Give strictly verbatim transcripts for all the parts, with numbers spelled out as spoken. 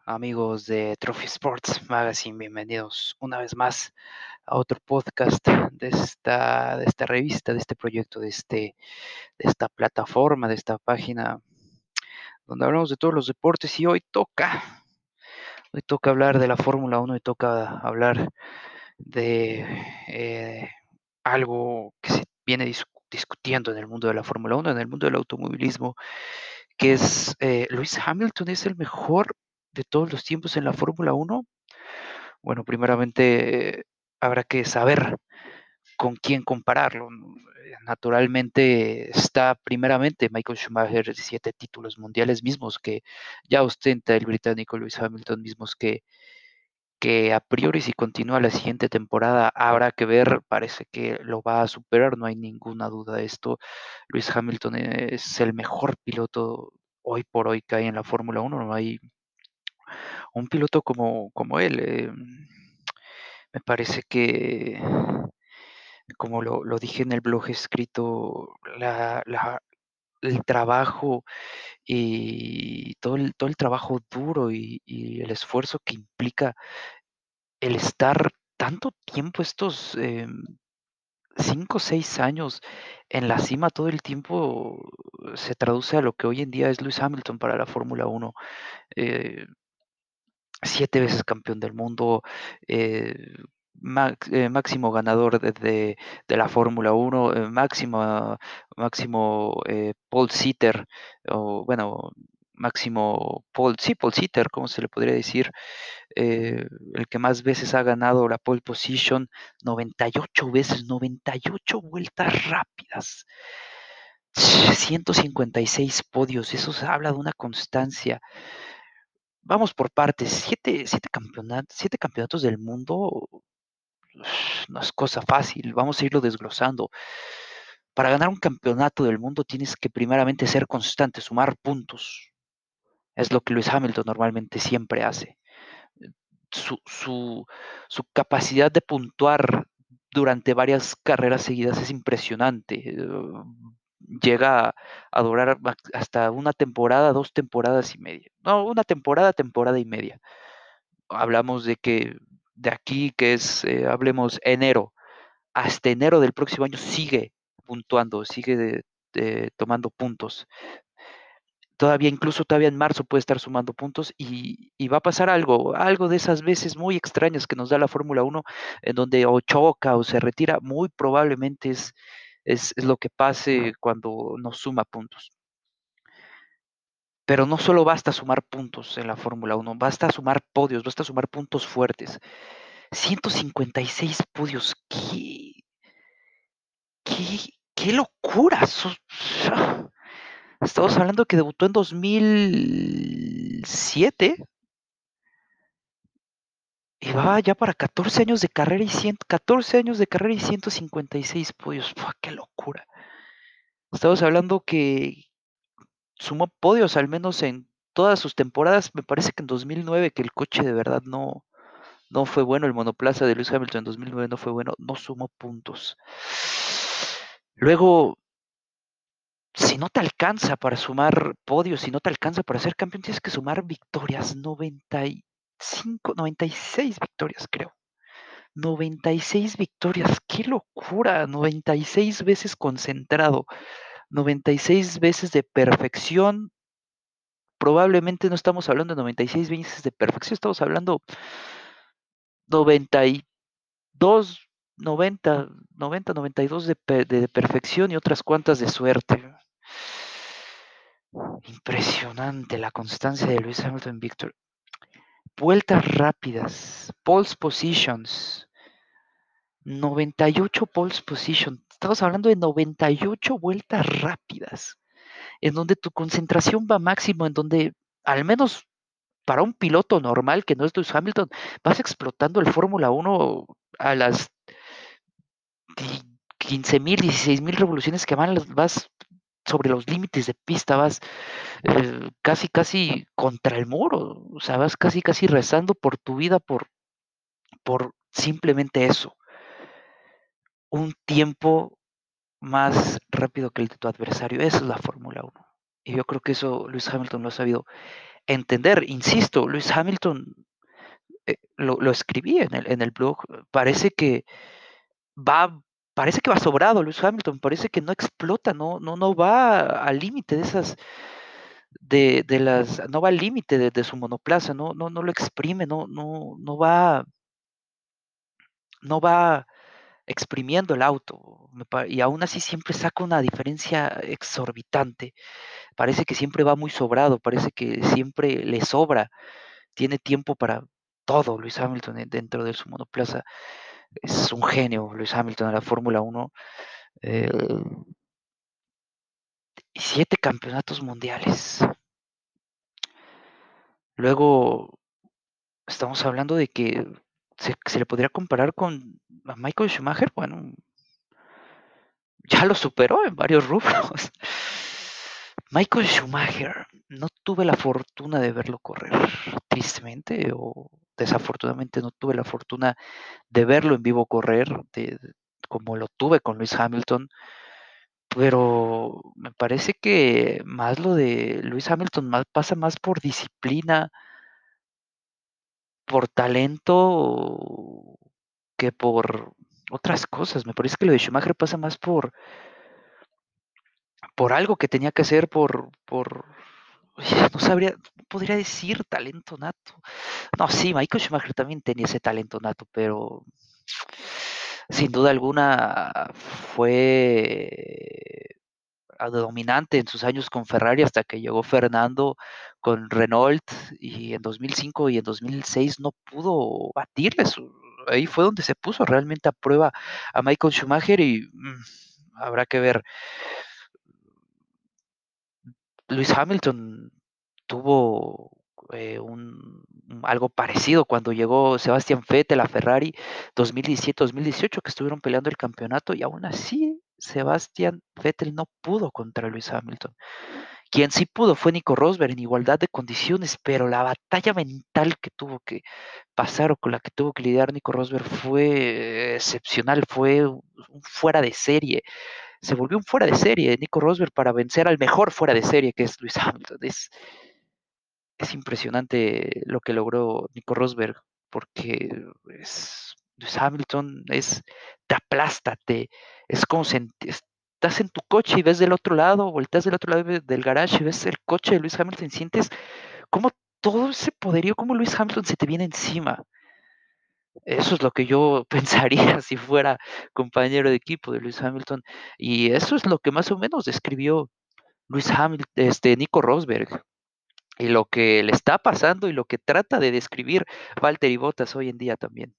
amigos de Trophy Sports Magazine, bienvenidos una vez más a otro podcast de esta, de esta revista, de este proyecto, de, este, de esta plataforma, de esta página donde hablamos de todos los deportes y hoy toca, hoy toca hablar de la Fórmula uno y toca hablar de eh, algo que se viene dis discutiendo en el mundo de la Fórmula uno, en el mundo del automovilismo, que es eh, Lewis Hamilton es el mejor de todos los tiempos en la Fórmula uno. Bueno, primeramente eh, habrá que saber con quién compararlo. Eh, Naturalmente está primeramente Michael Schumacher, siete títulos mundiales mismos que ya ostenta el británico Lewis Hamilton, mismos que, que a priori si continúa la siguiente temporada habrá que ver, parece que lo va a superar, no hay ninguna duda de esto. Lewis Hamilton es el mejor piloto hoy por hoy que hay en la Fórmula uno, no hay un piloto como, como él. Eh, me parece que, como lo, lo, dije en el blog escrito, la, la, el trabajo y todo el, todo el trabajo duro y, y, el esfuerzo que implica el estar tanto tiempo, estos eh, cinco o seis años en la cima todo el tiempo, se traduce a lo que hoy en día es Lewis Hamilton para la Fórmula uno. Eh, siete veces campeón del mundo, eh, max, eh, máximo ganador de, de, de la Fórmula uno, eh, máximo, máximo eh, pole sitter, o bueno, máximo pole, sí, pole sitter, ¿cómo se le podría decir? Eh, el que más veces ha ganado la pole position, noventa y ocho veces, noventa y ocho vueltas rápidas. ciento cincuenta y seis podios, eso habla de una constancia. Vamos por partes, siete, siete, campeonatos, siete campeonatos del mundo no es cosa fácil, vamos a irlo desglosando. Para ganar un campeonato del mundo tienes que primeramente ser constante, sumar puntos. Es lo que Lewis Hamilton normalmente siempre hace. Su, su, su capacidad de puntuar durante varias carreras seguidas es impresionante. Llega a durar hasta una temporada, dos temporadas y media. No, una temporada, temporada y media. Hablamos de que de aquí, que es, eh, hablemos, enero, hasta enero del próximo año sigue puntuando, sigue de, de, tomando puntos. Todavía, incluso todavía en marzo puede estar sumando puntos y, y, va a pasar algo, algo de esas veces muy extrañas que nos da la Fórmula uno, en donde o choca o se retira, muy probablemente es, es, es lo que pase cuando no suma puntos. Pero no solo basta sumar puntos en la Fórmula uno, basta sumar podios, basta sumar puntos fuertes. ciento cincuenta y seis podios, ¿qué? ¿Qué, qué locura? Estamos hablando que debutó en dos mil siete y va ya para catorce años de carrera y cien, catorce años de carrera y ciento cincuenta y seis podios. ¡Fua, qué locura! Estamos hablando que sumó podios al menos en todas sus temporadas. Me parece que en dos mil nueve, que el coche de verdad no, no fue bueno, el monoplaza de Lewis Hamilton en dos mil nueve no fue bueno, no sumó puntos. Luego, si no te alcanza para sumar podios, si no te alcanza para ser campeón, tienes que sumar victorias. noventa y cinco, noventa y seis victorias, creo. noventa y seis victorias, qué locura. noventa y seis veces concentrado, noventa y seis veces de perfección. Probablemente no estamos hablando de noventa y seis veces de perfección, estamos hablando noventa y dos, noventa, noventa, noventa y dos de, de perfección y otras cuantas de suerte. Impresionante la constancia de Lewis Hamilton, Víctor. Vueltas rápidas, pole positions, noventa y ocho pole positions. Estamos hablando de noventa y ocho vueltas rápidas, en donde tu concentración va máximo, en donde al menos para un piloto normal que no es Lewis Hamilton, vas explotando el Fórmula uno a las quince mil, dieciséis mil revoluciones que van, vas sobre los límites de pista, vas eh, casi, casi contra el muro, o sea, vas casi, casi rezando por tu vida, por, por simplemente eso, un tiempo más rápido que el de tu adversario. Esa es la Fórmula uno. Y yo creo que eso Lewis Hamilton lo ha sabido entender, insisto, Lewis Hamilton, eh, lo, lo escribí en el, en el blog, parece que va, parece que va sobrado Lewis Hamilton, parece que no explota, no, no, no va al límite de esas, de, de las, no va al límite de, de su monoplaza, no, no, no lo exprime, no, no, no va, no va exprimiendo el auto, me pa- y aún así siempre saca una diferencia exorbitante. Parece que siempre va muy sobrado, parece que siempre le sobra, tiene tiempo para todo Lewis Hamilton en- dentro de su monoplaza. Es un genio Lewis Hamilton en la Fórmula Uno. eh, y siete campeonatos mundiales. Luego estamos hablando de que se, se le podría comparar con a Michael Schumacher. Bueno, ya lo superó en varios rubros. Michael Schumacher, no tuve la fortuna de verlo correr, tristemente o desafortunadamente no tuve la fortuna de verlo en vivo correr, de, de- como lo tuve con Lewis Hamilton, pero me parece que más lo de Lewis Hamilton más, pasa más por disciplina, por talento que por otras cosas. Me parece que lo de Schumacher pasa más por, por algo que tenía que hacer, por, por, no sabría, no podría decir talento nato. No, sí, Michael Schumacher también tenía ese talento nato, pero sin duda alguna fue dominante en sus años con Ferrari hasta que llegó Fernando con Renault y en dos mil cinco y en dos mil seis no pudo batirle. Su, ahí fue donde se puso realmente a prueba a Michael Schumacher y mmm, habrá que ver. Lewis Hamilton tuvo eh, un, algo parecido cuando llegó Sebastián Vettel a Ferrari dos mil diecisiete dos mil dieciocho, que estuvieron peleando el campeonato y aún así Sebastián Vettel no pudo contra Lewis Hamilton. Quien sí pudo fue Nico Rosberg en igualdad de condiciones, pero la batalla mental que tuvo que pasar o con la que tuvo que lidiar Nico Rosberg fue excepcional, fue un fuera de serie. Se volvió un fuera de serie Nico Rosberg para vencer al mejor fuera de serie que es Lewis Hamilton. Es, es impresionante lo que logró Nico Rosberg porque es, Lewis Hamilton es, te aplasta, te, es como si estás en tu coche y ves del otro lado, volteas del otro lado del garage y ves el coche de Lewis Hamilton, sientes como todo ese poderío, como Lewis Hamilton se te viene encima. Eso es lo que yo pensaría si fuera compañero de equipo de Lewis Hamilton. Y eso es lo que más o menos describió Lewis Hamilton, este, Nico Rosberg, y lo que le está pasando y lo que trata de describir Valtteri Bottas hoy en día también.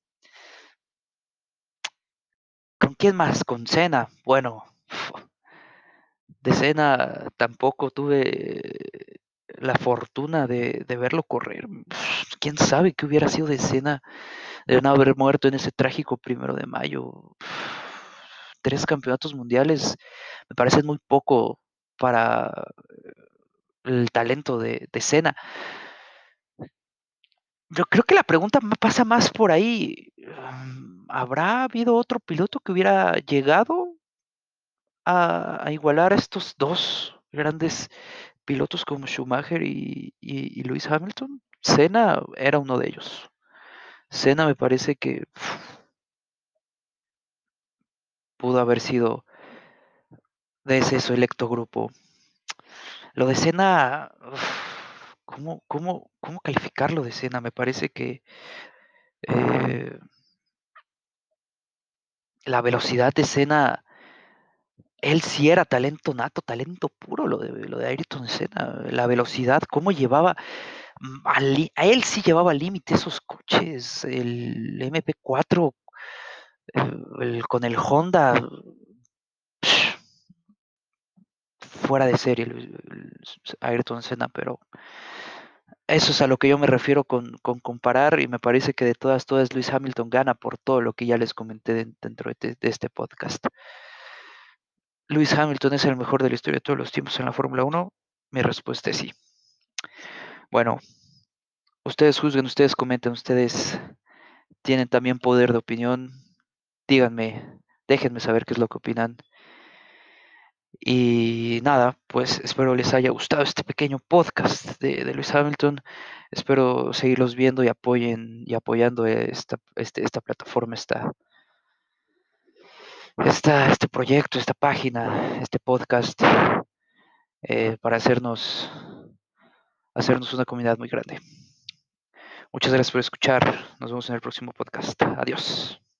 ¿Con quién más? Con Senna. Bueno, de Senna tampoco tuve la fortuna de, de verlo correr. ¿Quién sabe qué hubiera sido de Senna de no haber muerto en ese trágico primero de mayo? Tres campeonatos mundiales me parecen muy poco para el talento de, de Senna. Yo creo que la pregunta pasa más por ahí. Mm, ¿Habrá habido otro piloto que hubiera llegado a, a igualar a estos dos grandes pilotos como Schumacher y, y, y Lewis Hamilton? Senna era uno de ellos. Senna me parece que uf, pudo haber sido de ese selecto grupo. Lo de Senna, uf, ¿cómo, cómo, ¿cómo calificarlo de Senna? Me parece que eh, la velocidad de Senna, él sí era talento nato, talento puro, lo de, lo de Ayrton Senna, la velocidad, cómo llevaba, mm, al a él sí llevaba al límite esos coches, el M P cuatro, el, el, con el Honda, psh, fuera de serie el, el Ayrton Senna, pero eso es a lo que yo me refiero con, con, comparar y me parece que de todas, todas Lewis Hamilton gana por todo lo que ya les comenté de, dentro de, de, este podcast. Lewis Hamilton es el mejor de la historia de todos los tiempos en la Fórmula uno. Mi respuesta es sí. Bueno, ustedes juzguen, ustedes comenten, ustedes tienen también poder de opinión. Díganme, déjenme saber qué es lo que opinan. Y nada, pues espero les haya gustado este pequeño podcast de, de Lewis Hamilton. Espero seguirlos viendo y apoyen y apoyando esta, este, esta plataforma, esta, esta, este proyecto, esta página, este podcast, eh, para hacernos, hacernos una comunidad muy grande. Muchas gracias por escuchar. Nos vemos en el próximo podcast. Adiós.